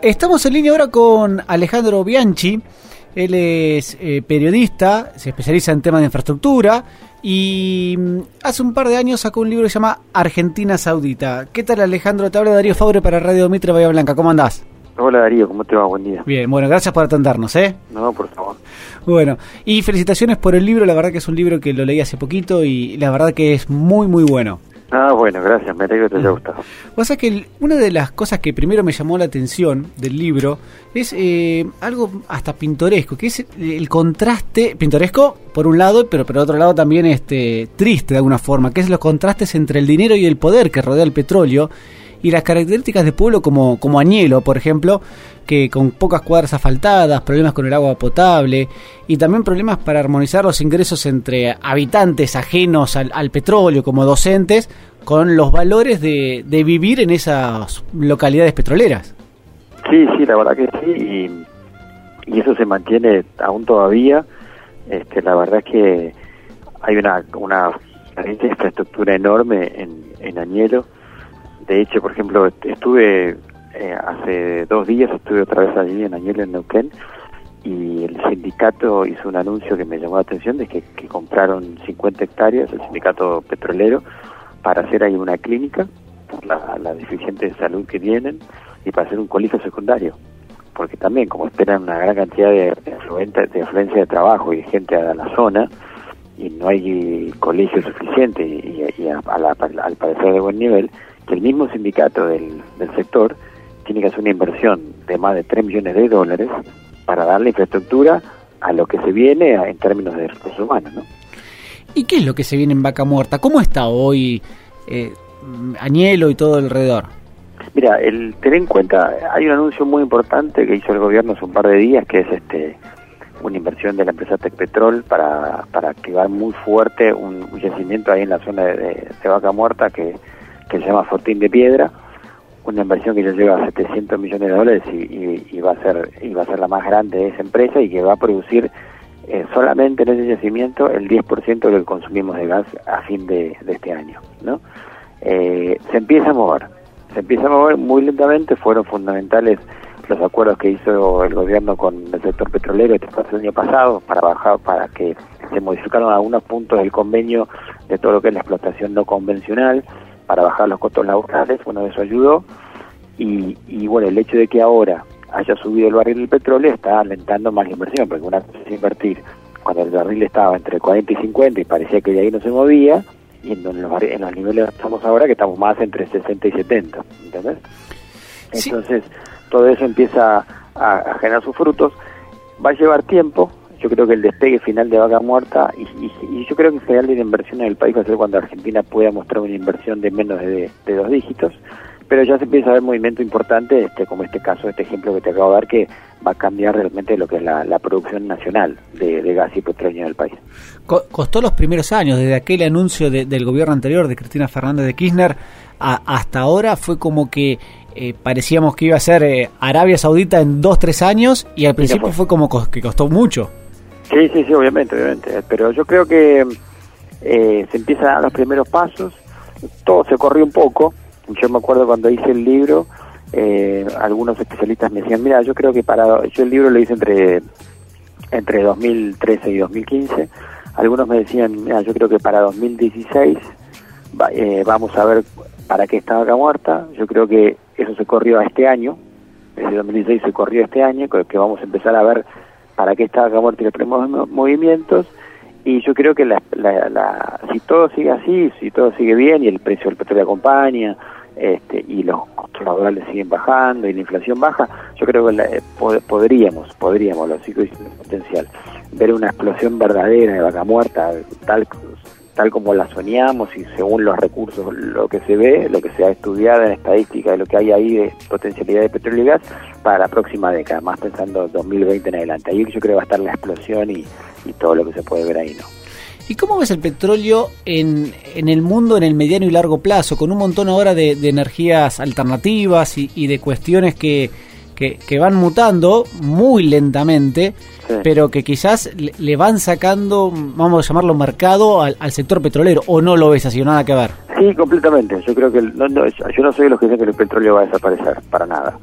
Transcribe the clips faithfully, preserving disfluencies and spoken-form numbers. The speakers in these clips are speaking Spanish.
Estamos en línea ahora con Alejandro Bianchi. Él es eh, periodista, se especializa en temas de infraestructura y hace un par de años sacó un libro que se llama Argentina Saudita. ¿Qué tal, Alejandro? Te habla Darío Faure para Radio Mitre Bahía Blanca. ¿Cómo andás? Hola, Darío, ¿cómo te va? Buen día. Bien, bueno, gracias por atendernos, ¿eh? No, por favor. Bueno, y felicitaciones por el libro. La verdad que es un libro que lo leí hace poquito y la verdad que es muy, muy bueno. Ah, bueno, gracias, me alegro que te haya gustado. O sea que el, una de las cosas que primero me llamó la atención del libro es eh, algo hasta pintoresco, que es el contraste, pintoresco por un lado, pero por otro lado también este triste de alguna forma, que es los contrastes entre el dinero y el poder que rodea el petróleo y las características de pueblo como, como Añelo, por ejemplo, que con pocas cuadras asfaltadas, problemas con el agua potable y también problemas para armonizar los ingresos entre habitantes ajenos al, al petróleo como docentes con los valores de, de vivir en esas localidades petroleras. Sí, sí, la verdad que sí, y, y eso se mantiene aún todavía. Este, la verdad es que hay una, una carencia de infraestructura enorme en, en Añelo. De hecho, por ejemplo, estuve eh, hace dos días, estuve otra vez allí en Añelo, en Neuquén, y el sindicato hizo un anuncio que me llamó la atención, de que, que compraron cincuenta hectáreas, el sindicato petrolero, para hacer ahí una clínica, por la, la deficiente de salud que tienen, y para hacer un colegio secundario. Porque también, como esperan una gran cantidad de, de, afluente, de afluencia de trabajo y de gente a la zona, y no hay colegio suficiente, y, y a, a la, al parecer de buen nivel, que el mismo sindicato del, del sector tiene que hacer una inversión de más de tres millones de dólares para darle infraestructura a lo que se viene a, en términos de recursos humanos, ¿no? ¿Y qué es lo que se viene en Vaca Muerta? ¿Cómo está hoy eh, Añelo y todo alrededor? Mira, el tener en cuenta, hay un anuncio muy importante que hizo el gobierno hace un par de días, que es este una inversión de la empresa Tecpetrol para, para activar muy fuerte un, un yacimiento ahí en la zona de, de, de Vaca Muerta que que se llama Fortín de Piedra, una inversión que ya llega a setecientos millones de dólares y, y, y va a ser y va a ser la más grande de esa empresa y que va a producir eh, solamente en ese yacimiento el diez por ciento de lo que consumimos de gas a fin de, de este año, ¿no? Eh, se empieza a mover, se empieza a mover muy lentamente. Fueron fundamentales los acuerdos que hizo el gobierno con el sector petrolero este el año pasado para bajar, para que se modificaron algunos puntos del convenio de todo lo que es la explotación no convencional, para bajar los costos laborales. Bueno, eso ayudó, y, y bueno, el hecho de que ahora haya subido el barril del petróleo está alentando más la inversión, porque una cosa es invertir cuando el barril estaba entre cuarenta y cincuenta y parecía que de ahí no se movía, y en, en, los, en los niveles que estamos ahora, que estamos más entre sesenta y setenta, ¿entendés? Sí. Entonces, todo eso empieza a, a generar sus frutos. Va a llevar tiempo. Yo creo que el despegue final de Vaca Muerta, y, y, y yo creo que en general de la inversión en el país va a ser cuando Argentina pueda mostrar una inversión de menos de, de dos dígitos, pero ya se empieza a ver movimiento importante, este, como este caso, este ejemplo que te acabo de dar, que va a cambiar realmente lo que es la, la producción nacional de, de gas y petróleo en el país. Costó los primeros años, desde aquel anuncio de, del gobierno anterior de Cristina Fernández de Kirchner a, hasta ahora, fue como que eh, parecíamos que iba a ser eh, Arabia Saudita en dos, tres años, y al principio fue como co- que costó mucho. Sí, sí, sí, obviamente, obviamente. Pero yo creo que eh, se empiezan a dar los primeros pasos, todo se corrió un poco. Yo me acuerdo cuando hice el libro, eh, algunos especialistas me decían, mira, yo creo que para... Yo el libro lo hice entre, entre dos mil trece y dos mil quince. Algunos me decían, mira, yo creo que para dos mil dieciséis va, eh, vamos a ver para qué está Vaca Muerta. Yo creo que eso se corrió a este año, desde dos mil dieciséis se corrió este año, que vamos a empezar a ver para qué está Vaca Muerta y los primeros movimientos. Y yo creo que la, la, la, si todo sigue así, si todo sigue bien y el precio del petróleo acompaña, este, y los costos laborales siguen bajando y la inflación baja, yo creo que la, eh, pod- podríamos, podríamos, lo sigo diciendo potencial, ver una explosión verdadera de Vaca Muerta, tal tal como la soñamos y según los recursos, lo que se ve, lo que se ha estudiado en estadística de lo que hay ahí de potencialidad de petróleo y gas para la próxima década, más pensando dos mil veinte en adelante. Ahí yo creo que va a estar la explosión y, y todo lo que se puede ver ahí, ¿no? ¿Y cómo ves el petróleo en, en el mundo en el mediano y largo plazo, con un montón ahora de, de energías alternativas y, y de cuestiones que, que, que van mutando muy lentamente, sí, pero que quizás le, le van sacando, vamos a llamarlo mercado, al, al sector petrolero, o no lo ves así, o nada que ver? Sí, completamente. Yo creo que no, no, yo no soy de los que dicen que el petróleo va a desaparecer, para nada.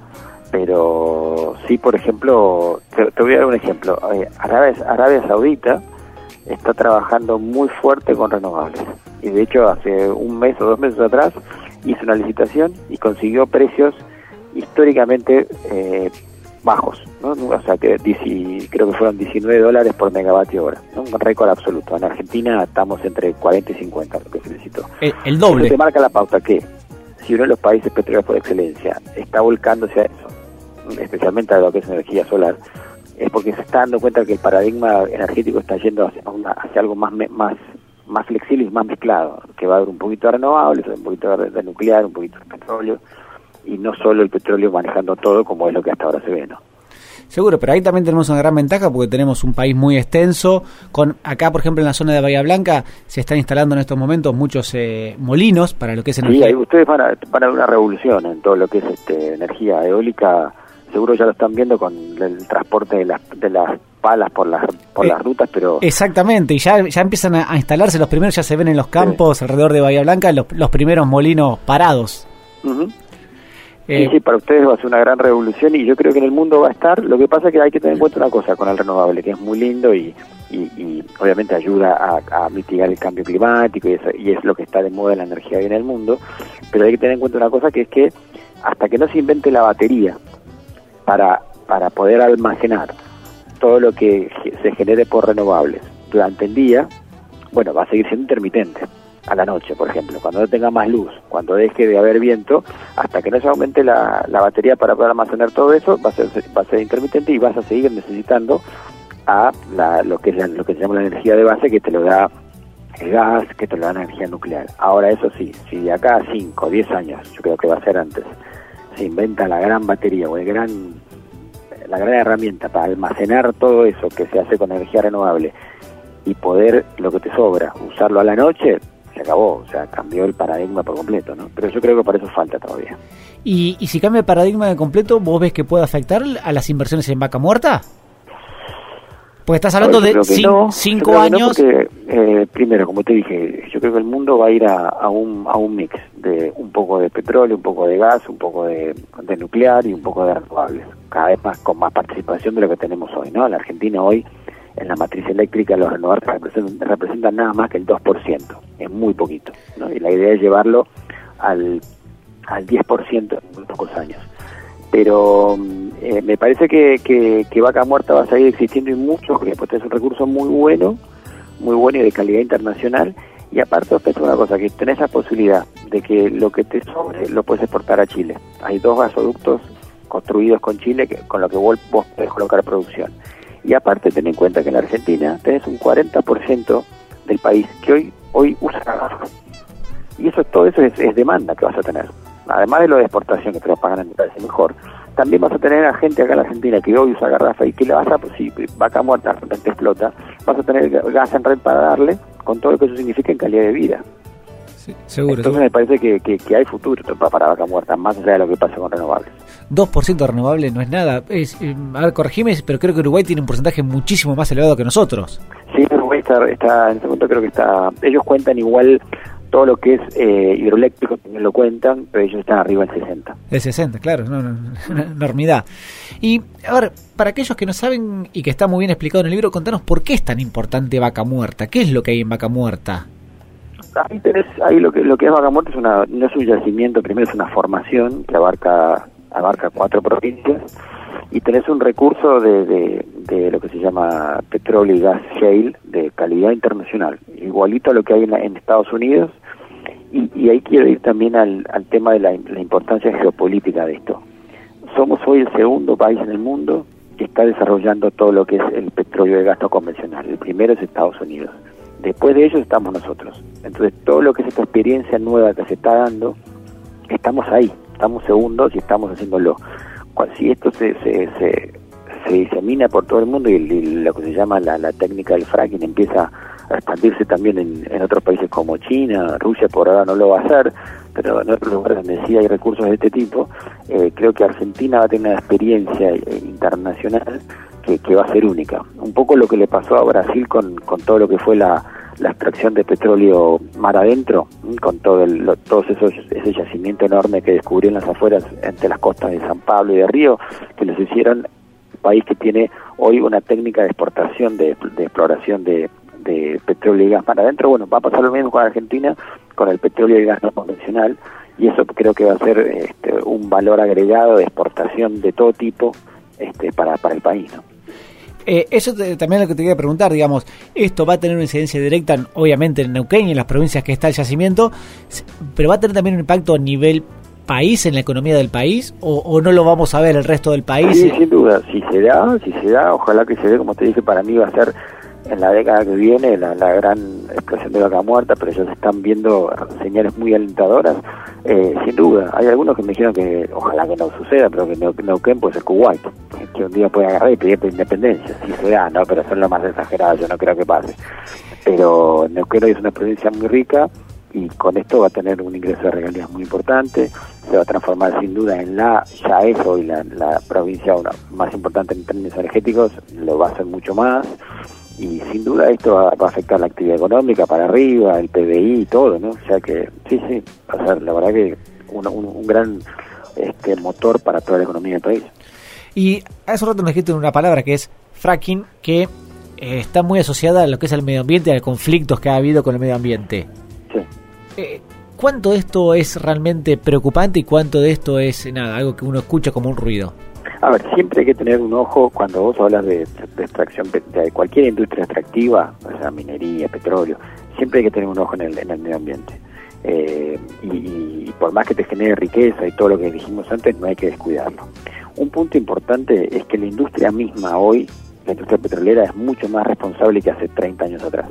pero sí, por ejemplo, te, te voy a dar un ejemplo. Eh, Arabia, Arabia Saudita está trabajando muy fuerte con renovables, y de hecho hace un mes o dos meses atrás hizo una licitación y consiguió precios históricamente eh, bajos, ¿no? O sea que dieci, creo que fueron diecinueve dólares por megavatio hora, ¿no? Un récord absoluto. En Argentina estamos entre cuarenta y cincuenta, lo que se necesitó. El, el doble. Eso te marca la pauta que si uno de los países petroleros por excelencia está volcándose a eso, especialmente a lo que es energía solar, es porque se está dando cuenta que el paradigma energético está yendo hacia, una, hacia algo más, más más flexible y más mezclado, que va a haber un poquito de renovables, un poquito de, de nuclear, un poquito de petróleo, y no solo el petróleo manejando todo como es lo que hasta ahora se ve, ¿no? Seguro, pero ahí también tenemos una gran ventaja porque tenemos un país muy extenso. Con acá, por ejemplo, en la zona de Bahía Blanca se están instalando en estos momentos muchos eh, molinos para lo que es energía. Sí, ahí ustedes van a, van a ver una revolución en todo lo que es este, energía eólica. Seguro ya lo están viendo con el transporte de las, de las palas por las por eh, las rutas, pero... Exactamente, y ya ya empiezan a, a instalarse los primeros, ya se ven en los campos sí. alrededor de Bahía Blanca los, los primeros molinos parados. Uh-huh. Eh, sí, sí, para ustedes va a ser una gran revolución y yo creo que en el mundo va a estar. Lo que pasa es que hay que tener en cuenta una cosa con el renovable, que es muy lindo y, y, y obviamente ayuda a, a mitigar el cambio climático y, eso, y es lo que está de moda en la energía hoy en el mundo, pero hay que tener en cuenta una cosa que es que hasta que no se invente la batería para, para poder almacenar todo lo que se genere por renovables durante el día, bueno, va a seguir siendo intermitente. A la noche, por ejemplo, cuando no tenga más luz, cuando deje de haber viento, hasta que no se aumente la, la batería para poder almacenar todo eso, va a ser va a ser intermitente y vas a seguir necesitando a la, lo que es la, lo que se llama la energía de base, que te lo da el gas, que te lo da la energía nuclear. Ahora, eso sí, si de acá a cinco o diez años, yo creo que va a ser antes, se inventa la gran batería o el gran la gran herramienta para almacenar todo eso que se hace con energía renovable y poder, lo que te sobra, usarlo a la noche, se acabó, o sea, cambió el paradigma por completo, ¿no? Pero yo creo que para eso falta todavía. ¿Y, y si cambia el paradigma de completo, vos ves que puede afectar a las inversiones en vaca muerta? Porque estás hablando de cin- no, cinco años... No porque, eh, primero, como te dije, yo creo que el mundo va a ir a, a, un, a un mix de un poco de petróleo, un poco de gas, un poco de, de nuclear y un poco de renovables. Cada vez más con más participación de lo que tenemos hoy, ¿no? En la Argentina hoy, en la matriz eléctrica, los renovables representan, representan nada más que el dos por ciento, es muy poquito, ¿no? Y la idea es llevarlo al, al diez por ciento en muy pocos años. Pero eh, me parece que, que, que vaca muerta va a seguir existiendo y mucho, porque después es un recurso muy bueno, muy bueno y de calidad internacional, y aparte es una cosa, que tenés la posibilidad de que lo que te sobre lo puedes exportar a Chile. Hay dos gasoductos construidos con Chile, que, con lo que vos, vos podés colocar producción. Y aparte ten en cuenta que en la Argentina tenés un cuarenta por ciento del país que hoy hoy usa garrafa. Y eso todo eso es, es demanda que vas a tener. Además de lo de exportación, que te lo pagan, me parece mejor, también vas a tener a gente acá en la Argentina que hoy usa garrafa y que le vas a, pues, si vaca muerta de repente explota, vas a tener gas en red para darle, con todo lo que eso significa en calidad de vida. Sí, seguro. Entonces seguro. me parece que, que, que hay futuro para vaca muerta, más allá de lo que pasa con renovables. dos por ciento de renovable no es nada. Es, eh, a ver, corregime, pero creo que Uruguay tiene un porcentaje muchísimo más elevado que nosotros. Sí, Uruguay está, está en este momento creo que está... Ellos cuentan igual todo lo que es eh, hidroeléctrico, también lo cuentan, pero ellos están arriba del sesenta. El sesenta, claro, no, no, una enormidad. Y, a ver, para aquellos que no saben y que está muy bien explicado en el libro, contanos por qué es tan importante vaca muerta. ¿Qué es lo que hay en vaca muerta? Ahí tenés, ahí lo que lo que es vaca muerta es una, no es un yacimiento, primero es una formación que abarca abarca cuatro provincias y tenés un recurso de, de, de lo que se llama petróleo y gas shale de calidad internacional, igualito a lo que hay en, en Estados Unidos y, y ahí quiero ir también al, al tema de la, la importancia geopolítica de esto. Somos hoy el segundo país en el mundo que está desarrollando todo lo que es el petróleo y gas no convencional. El primero es Estados Unidos. Después de ellos estamos nosotros. Entonces todo lo que es esta experiencia nueva que se está dando, estamos ahí, estamos segundos y estamos haciéndolo. Si esto se se, se, se disemina por todo el mundo y, y lo que se llama la, la técnica del fracking empieza a expandirse también en, en otros países como China, Rusia por ahora no lo va a hacer, pero en otros lugares donde sí hay recursos de este tipo, eh, creo que Argentina va a tener una experiencia eh, internacional que, que va a ser única. Un poco lo que le pasó a Brasil con, con todo lo que fue la, la extracción de petróleo mar adentro, con todo el, lo, todos esos ese yacimiento enorme que descubrió en las afueras, entre las costas de San Pablo y de Río, que los hicieron un país que tiene hoy una técnica de exportación, de, de exploración de, de petróleo y gas mar adentro. Bueno, va a pasar lo mismo con Argentina, con el petróleo y gas no convencional, y eso creo que va a ser este, un valor agregado de exportación de todo tipo este, para, para el país, ¿no? Eh, eso te, también es lo que te quería preguntar, digamos, esto va a tener una incidencia directa, obviamente en Neuquén y en las provincias que está el yacimiento, pero va a tener también un impacto a nivel país, en la economía del país, o, o no lo vamos a ver el resto del país. Sí, sin duda, si se da, si se da, ojalá que se dé, como te dije, para mí va a ser en la década que viene la, la gran explosión de vaca muerta, pero ya se están viendo señales muy alentadoras. Eh, sin duda, hay algunos que me dijeron que ojalá que no suceda, pero que Neuquén puede ser Kuwait, que un día puede agarrar y pedir independencia, si se da, ¿no? Pero son lo más exagerado, yo no creo que pase. Pero Neuquén hoy es una provincia muy rica y con esto va a tener un ingreso de regalías muy importante, se va a transformar sin duda en la, ya es hoy la, la provincia una, más importante en términos energéticos, lo va a hacer mucho más. Y sin duda esto va, va a afectar la actividad económica para arriba, el P B I y todo, ¿no? O sea que sí, sí, va a ser la verdad que un, un, un gran este, motor para toda la economía del país. Y hace un rato me dijiste una palabra que es fracking, que eh, está muy asociada a lo que es el medio ambiente, a los conflictos que ha habido con el medio ambiente. Sí. Eh, ¿Cuánto de esto es realmente preocupante y cuánto de esto es, nada, algo que uno escucha como un ruido? A ver, siempre hay que tener un ojo cuando vos hablas de, de extracción de cualquier industria extractiva, o sea, minería, petróleo, siempre hay que tener un ojo en el, en el medio ambiente. Eh, y, y por más que te genere riqueza y todo lo que dijimos antes, no hay que descuidarlo. Un punto importante es que la industria misma hoy, la industria petrolera, es mucho más responsable que hace treinta años atrás.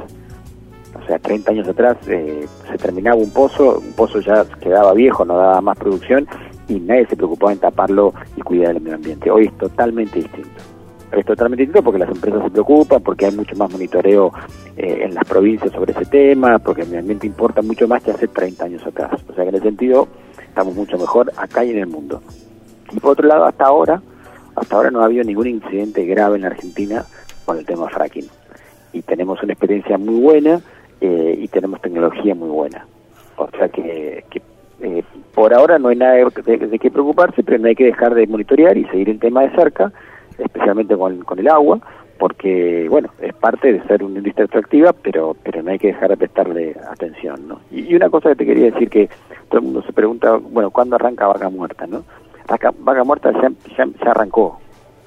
O sea, treinta años atrás eh, se terminaba un pozo, un pozo ya quedaba viejo, no daba más producción, y nadie se preocupaba en taparlo y cuidar el medio ambiente. Hoy es totalmente distinto. Es totalmente distinto porque las empresas se preocupan, porque hay mucho más monitoreo eh, en las provincias sobre ese tema, porque el medio ambiente importa mucho más que hace treinta años atrás. O sea que en ese sentido estamos mucho mejor acá y en el mundo. Y por otro lado, hasta ahora, hasta ahora no ha habido ningún incidente grave en la Argentina con el tema fracking. Y tenemos una experiencia muy buena eh, y tenemos tecnología muy buena. O sea que... que Eh, por ahora no hay nada de, de, de qué preocuparse, pero no hay que dejar de monitorear y seguir el tema de cerca, especialmente con, con el agua, porque, bueno, es parte de ser una industria extractiva, pero pero no hay que dejar de prestarle atención, ¿no? Y, y una cosa que te quería decir, que todo el mundo se pregunta, bueno, ¿cuándo arranca Vaca Muerta, no? Vaca, Vaca Muerta ya, ya, ya arrancó,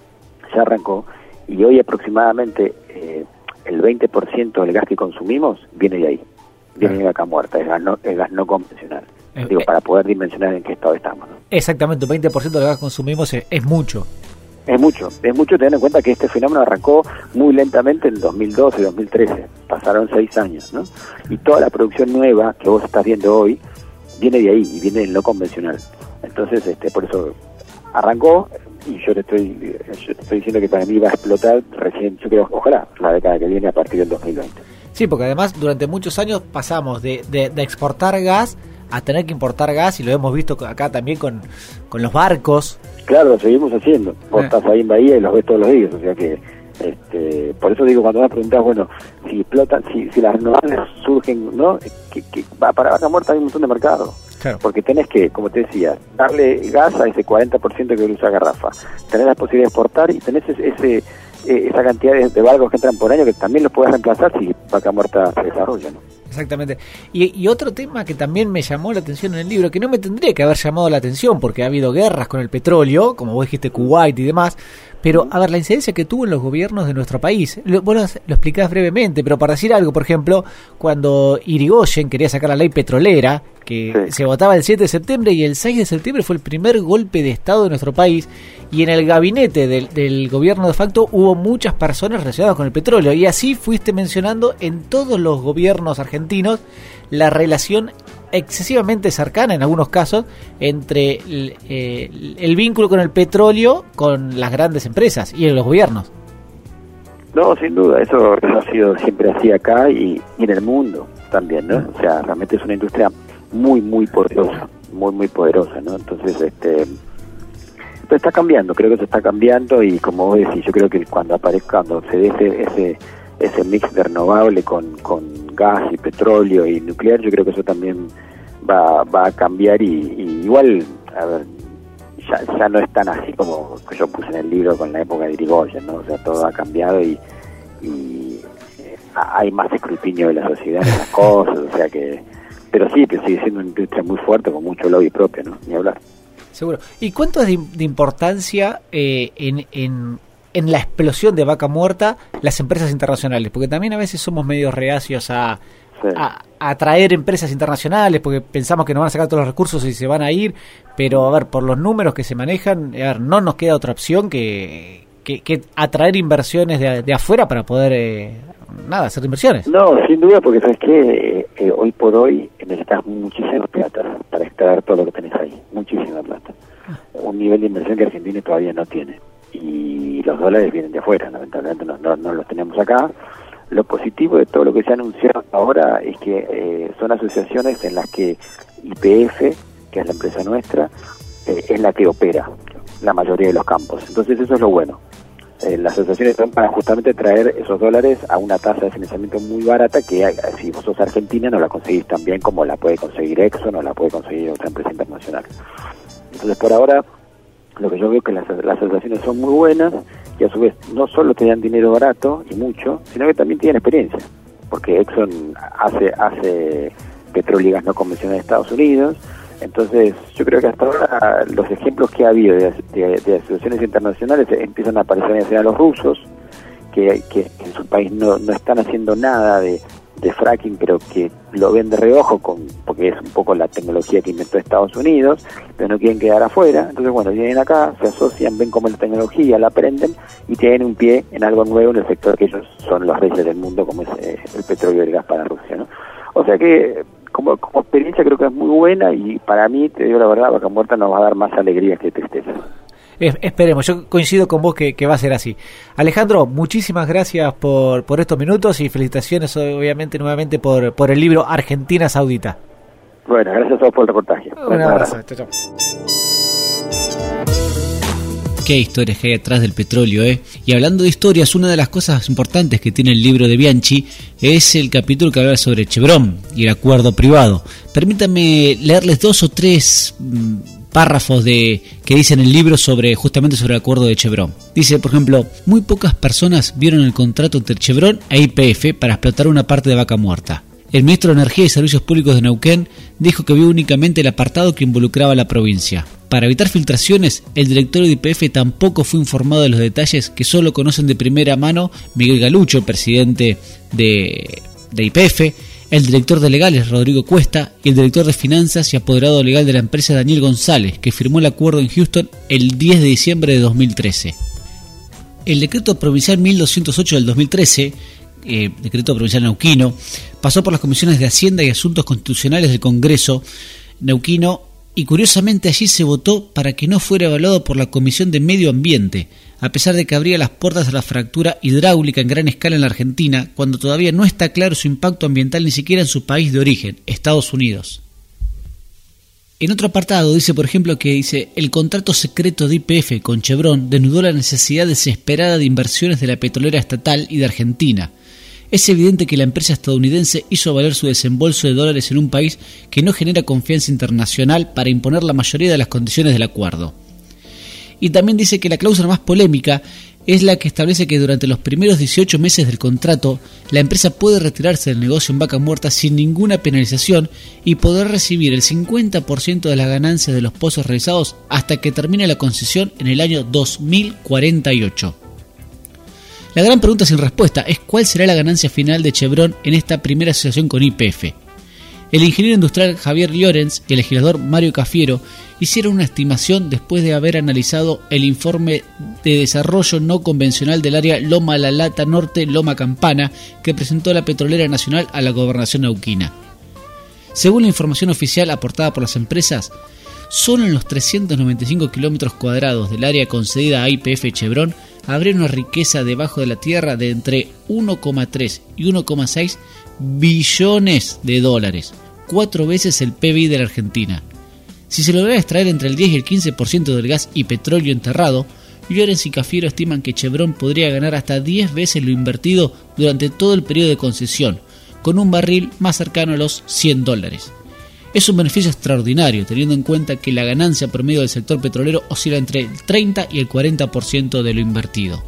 ya arrancó, y hoy aproximadamente eh, el veinte por ciento del gas que consumimos viene de ahí, viene de Vaca Muerta, es gas no, es gas no convencional. Digo, para poder dimensionar en qué estado estamos, ¿no? Exactamente, un veinte por ciento de gas que consumimos es, es mucho. Es mucho, es mucho teniendo en cuenta que este fenómeno arrancó muy lentamente en dos mil doce, dos mil trece, pasaron seis años, ¿no? Y toda la producción nueva que vos estás viendo hoy viene de ahí y viene del no convencional. Entonces, este, por eso arrancó y yo te estoy, yo te estoy diciendo que para mí va a explotar recién, yo creo, ojalá, la década que viene a partir del dos mil veinte. Sí, porque además durante muchos años pasamos de, de, de exportar gas a tener que importar gas, y lo hemos visto acá también con, con los barcos. Claro, lo seguimos haciendo. Vos eh. estás ahí en Bahía y los ves todos los días, o sea que este, por eso digo, cuando me preguntás, bueno, si explotan, si, si las renovables surgen, ¿no? Que, que para Vaca Muerta hay un montón de mercado. Claro. Porque tenés que, como te decía, darle gas a ese cuarenta por ciento que usa Garrafa, tenés la posibilidad de exportar y tenés ese, ese esa cantidad de, de barcos que entran por año que también los puedes reemplazar si Vaca Muerta se desarrolla, ¿no? Exactamente. Y, y otro tema que también me llamó la atención en el libro, que no me tendría que haber llamado la atención porque ha habido guerras con el petróleo, como vos dijiste, Kuwait y demás, pero a ver, la incidencia que tuvo en los gobiernos de nuestro país. Lo, vos lo, lo explicás brevemente, pero para decir algo, por ejemplo, cuando Irigoyen quería sacar la ley petrolera, que sí. se votaba el siete de septiembre, y el seis de septiembre fue el primer golpe de Estado de nuestro país, y en el gabinete del, del gobierno de facto hubo muchas personas relacionadas con el petróleo, y así fuiste mencionando en todos los gobiernos argentinos la relación excesivamente cercana en algunos casos entre el, eh, el vínculo con el petróleo, con las grandes empresas y en los gobiernos. No, sin duda, eso, eso ha sido siempre así acá y, y en el mundo también, ¿no? O sea, realmente es una industria muy, muy poderosa, muy, muy poderosa, ¿no? Entonces, este... pero está cambiando, creo que se está cambiando, y como vos decís, yo creo que cuando aparezca, cuando se dé ese, ese, ese mix de renovable con, con, gas y petróleo y nuclear, yo creo que eso también va, va a cambiar y, y igual, a ver, ya, ya no es tan así como que yo puse en el libro con la época de Irigoyen, ¿no? O sea, todo ha cambiado y, y eh, hay más escrutinio de la sociedad en esas cosas, o sea que, pero sí, que sigue siendo una industria muy fuerte con mucho lobby propio, ¿no? Ni hablar. Seguro. ¿Y cuánto es de, de importancia eh, en, en, en la explosión de Vaca Muerta las empresas internacionales? Porque también a veces somos medio reacios a, sí. a, a atraer empresas internacionales porque pensamos que nos van a sacar todos los recursos y se van a ir, pero a ver, por los números que se manejan, a ver, no nos queda otra opción que, que, que atraer inversiones de, de afuera para poder, eh, nada, hacer inversiones. No, sin duda, porque sabes que eh, eh, hoy por hoy necesitas muchísima plata para extraer todo lo que tenés ahí, muchísima plata. Un nivel de inversión que Argentina todavía no tiene. Y los dólares vienen de afuera, lamentablemente no, no, no los tenemos acá. Lo positivo de todo lo que se ha anunciado ahora es que eh, son asociaciones en las que Y P F, que es la empresa nuestra, eh, es la que opera la mayoría de los campos. Entonces eso es lo bueno. Eh, las asociaciones están para justamente traer esos dólares a una tasa de financiamiento muy barata que eh, si vos sos argentina no la conseguís tan bien como la puede conseguir Exxon o la puede conseguir otra empresa internacional. Entonces por ahora lo que yo veo es que las, las asociaciones son muy buenas y a su vez no solo te dan dinero barato y mucho, sino que también tienen experiencia, porque Exxon hace hace petróleo y gas no convencional de Estados Unidos. Entonces yo creo que hasta ahora los ejemplos que ha habido de, de, de asociaciones internacionales empiezan a aparecer en a los rusos, que, que en su país no, no están haciendo nada de, de fracking, pero que lo ven de reojo con, porque es un poco la tecnología que inventó Estados Unidos, pero no quieren quedar afuera. Entonces bueno, vienen acá, se asocian, ven cómo la tecnología, la aprenden y tienen un pie en algo nuevo en el sector que ellos son los reyes del mundo, como es eh, el petróleo y el gas para Rusia, ¿no? O sea que Como, como experiencia creo que es muy buena y para mí, te digo la verdad, Vaca Muerta nos va a dar más alegría que tristeza. Es, esperemos, yo coincido con vos que, que va a ser así. Alejandro, muchísimas gracias por, por estos minutos y felicitaciones obviamente nuevamente por, por el libro Argentina Saudita. Bueno, gracias a vos por el reportaje. Un abrazo. Chau, chau. Qué historias que hay atrás del petróleo, ¿eh? Y hablando de historias, una de las cosas importantes que tiene el libro de Bianchi es el capítulo que habla sobre Chevron y el acuerdo privado. Permítanme leerles dos o tres mmm, párrafos de que dicen el libro sobre justamente sobre el acuerdo de Chevron. Dice, por ejemplo, muy pocas personas vieron el contrato entre Chevron e Y P F para explotar una parte de Vaca Muerta. El ministro de Energía y Servicios Públicos de Neuquén dijo que vio únicamente el apartado que involucraba a la provincia. Para evitar filtraciones, el directorio de Y P F tampoco fue informado de los detalles que solo conocen de primera mano Miguel Galucho, presidente de, de Y P F, el director de legales Rodrigo Cuesta y el director de finanzas y apoderado legal de la empresa Daniel González, que firmó el acuerdo en Houston el diez de diciembre de dos mil trece. El decreto provincial mil doscientos ocho del dos mil trece, eh, decreto provincial neuquino, pasó por las comisiones de Hacienda y Asuntos Constitucionales del Congreso neuquino y curiosamente allí se votó para que no fuera evaluado por la Comisión de Medio Ambiente, a pesar de que abría las puertas a la fractura hidráulica en gran escala en la Argentina, cuando todavía no está claro su impacto ambiental ni siquiera en su país de origen, Estados Unidos. En otro apartado dice, por ejemplo, que dice el contrato secreto de Y P F con Chevron denudó la necesidad desesperada de inversiones de la petrolera estatal y de Argentina. Es evidente que la empresa estadounidense hizo valer su desembolso de dólares en un país que no genera confianza internacional para imponer la mayoría de las condiciones del acuerdo. Y también dice que la cláusula más polémica es la que establece que durante los primeros dieciocho meses del contrato, la empresa puede retirarse del negocio en Vaca Muerta sin ninguna penalización y poder recibir el cincuenta por ciento de las ganancias de los pozos realizados hasta que termine la concesión en el año dos mil cuarenta y ocho. La gran pregunta sin respuesta es cuál será la ganancia final de Chevron en esta primera asociación con Y P F. El ingeniero industrial Javier Llorens y el legislador Mario Cafiero hicieron una estimación después de haber analizado el informe de desarrollo no convencional del área Loma La Lata Norte Loma Campana que presentó la Petrolera Nacional a la Gobernación neuquina. Según la información oficial aportada por las empresas, solo en los trescientos noventa y cinco kilómetros cuadrados del área concedida a Y P F Chevron habría una riqueza debajo de la tierra de entre uno coma tres y uno coma seis billones de dólares, cuatro veces el P B I de la Argentina. Si se lograra extraer entre el diez y el quince por ciento del gas y petróleo enterrado, Llorens y Cafiero estiman que Chevron podría ganar hasta diez veces lo invertido durante todo el periodo de concesión, con un barril más cercano a los cien dólares. Es un beneficio extraordinario, teniendo en cuenta que la ganancia promedio del sector petrolero oscila entre el treinta y el cuarenta por ciento de lo invertido.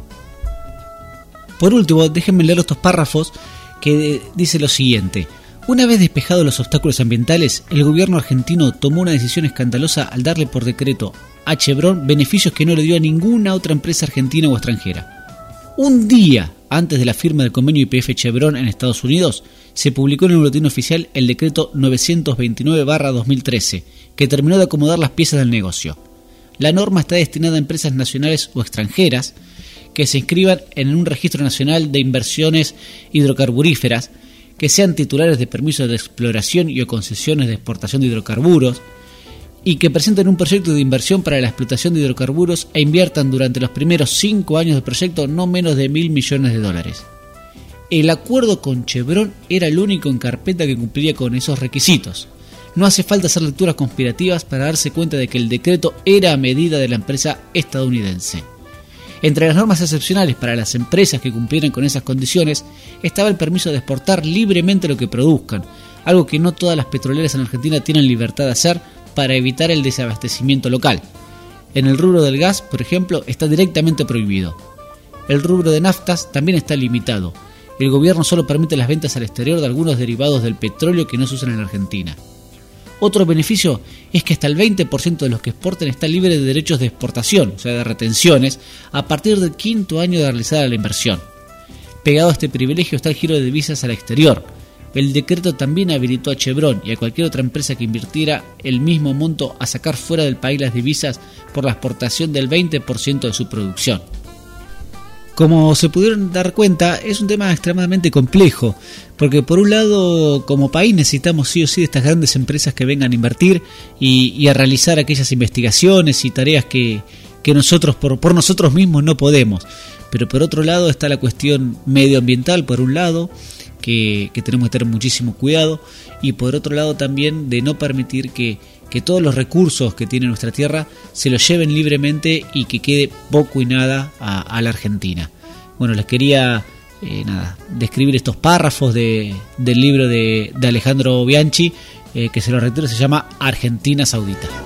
Por último, déjenme leer estos párrafos que dice lo siguiente. Una vez despejados los obstáculos ambientales, el gobierno argentino tomó una decisión escandalosa al darle por decreto a Chevron beneficios que no le dio a ninguna otra empresa argentina o extranjera. Un día antes de la firma del convenio Y P F Chevron en Estados Unidos, se publicó en el boletín oficial el decreto novecientos veintinueve barra dos mil trece, que terminó de acomodar las piezas del negocio. La norma está destinada a empresas nacionales o extranjeras que se inscriban en un registro nacional de inversiones hidrocarburíferas, que sean titulares de permisos de exploración y o concesiones de exportación de hidrocarburos, y que presenten un proyecto de inversión para la explotación de hidrocarburos e inviertan durante los primeros cinco años del proyecto no menos de mil millones de dólares. El acuerdo con Chevron era el único en carpeta que cumplía con esos requisitos. No hace falta hacer lecturas conspirativas para darse cuenta de que el decreto era a medida de la empresa estadounidense. Entre las normas excepcionales para las empresas que cumplieran con esas condiciones estaba el permiso de exportar libremente lo que produzcan, algo que no todas las petroleras en Argentina tienen libertad de hacer para evitar el desabastecimiento local. En el rubro del gas, por ejemplo, está directamente prohibido. El rubro de naftas también está limitado. El gobierno solo permite las ventas al exterior de algunos derivados del petróleo que no se usan en Argentina. Otro beneficio es que hasta el veinte por ciento de los que exporten está libre de derechos de exportación, o sea, de retenciones, a partir del quinto año de realizada la inversión. Pegado a este privilegio está el giro de divisas al exterior. El decreto también habilitó a Chevron y a cualquier otra empresa que invirtiera el mismo monto a sacar fuera del país las divisas por la exportación del veinte por ciento de su producción. Como se pudieron dar cuenta, es un tema extremadamente complejo, porque por un lado, como país necesitamos sí o sí de estas grandes empresas que vengan a invertir y, y a realizar aquellas investigaciones y tareas que, que nosotros por, por nosotros mismos no podemos. Pero por otro lado está la cuestión medioambiental, por un lado, que, que tenemos que tener muchísimo cuidado, y por otro lado también de no permitir que, que todos los recursos que tiene nuestra tierra se los lleven libremente y que quede poco y nada a, a la Argentina. Bueno, les quería eh, nada, describir estos párrafos de, del libro de, de Alejandro Bianchi, eh, que se lo reitero, se llama Argentina Saudita.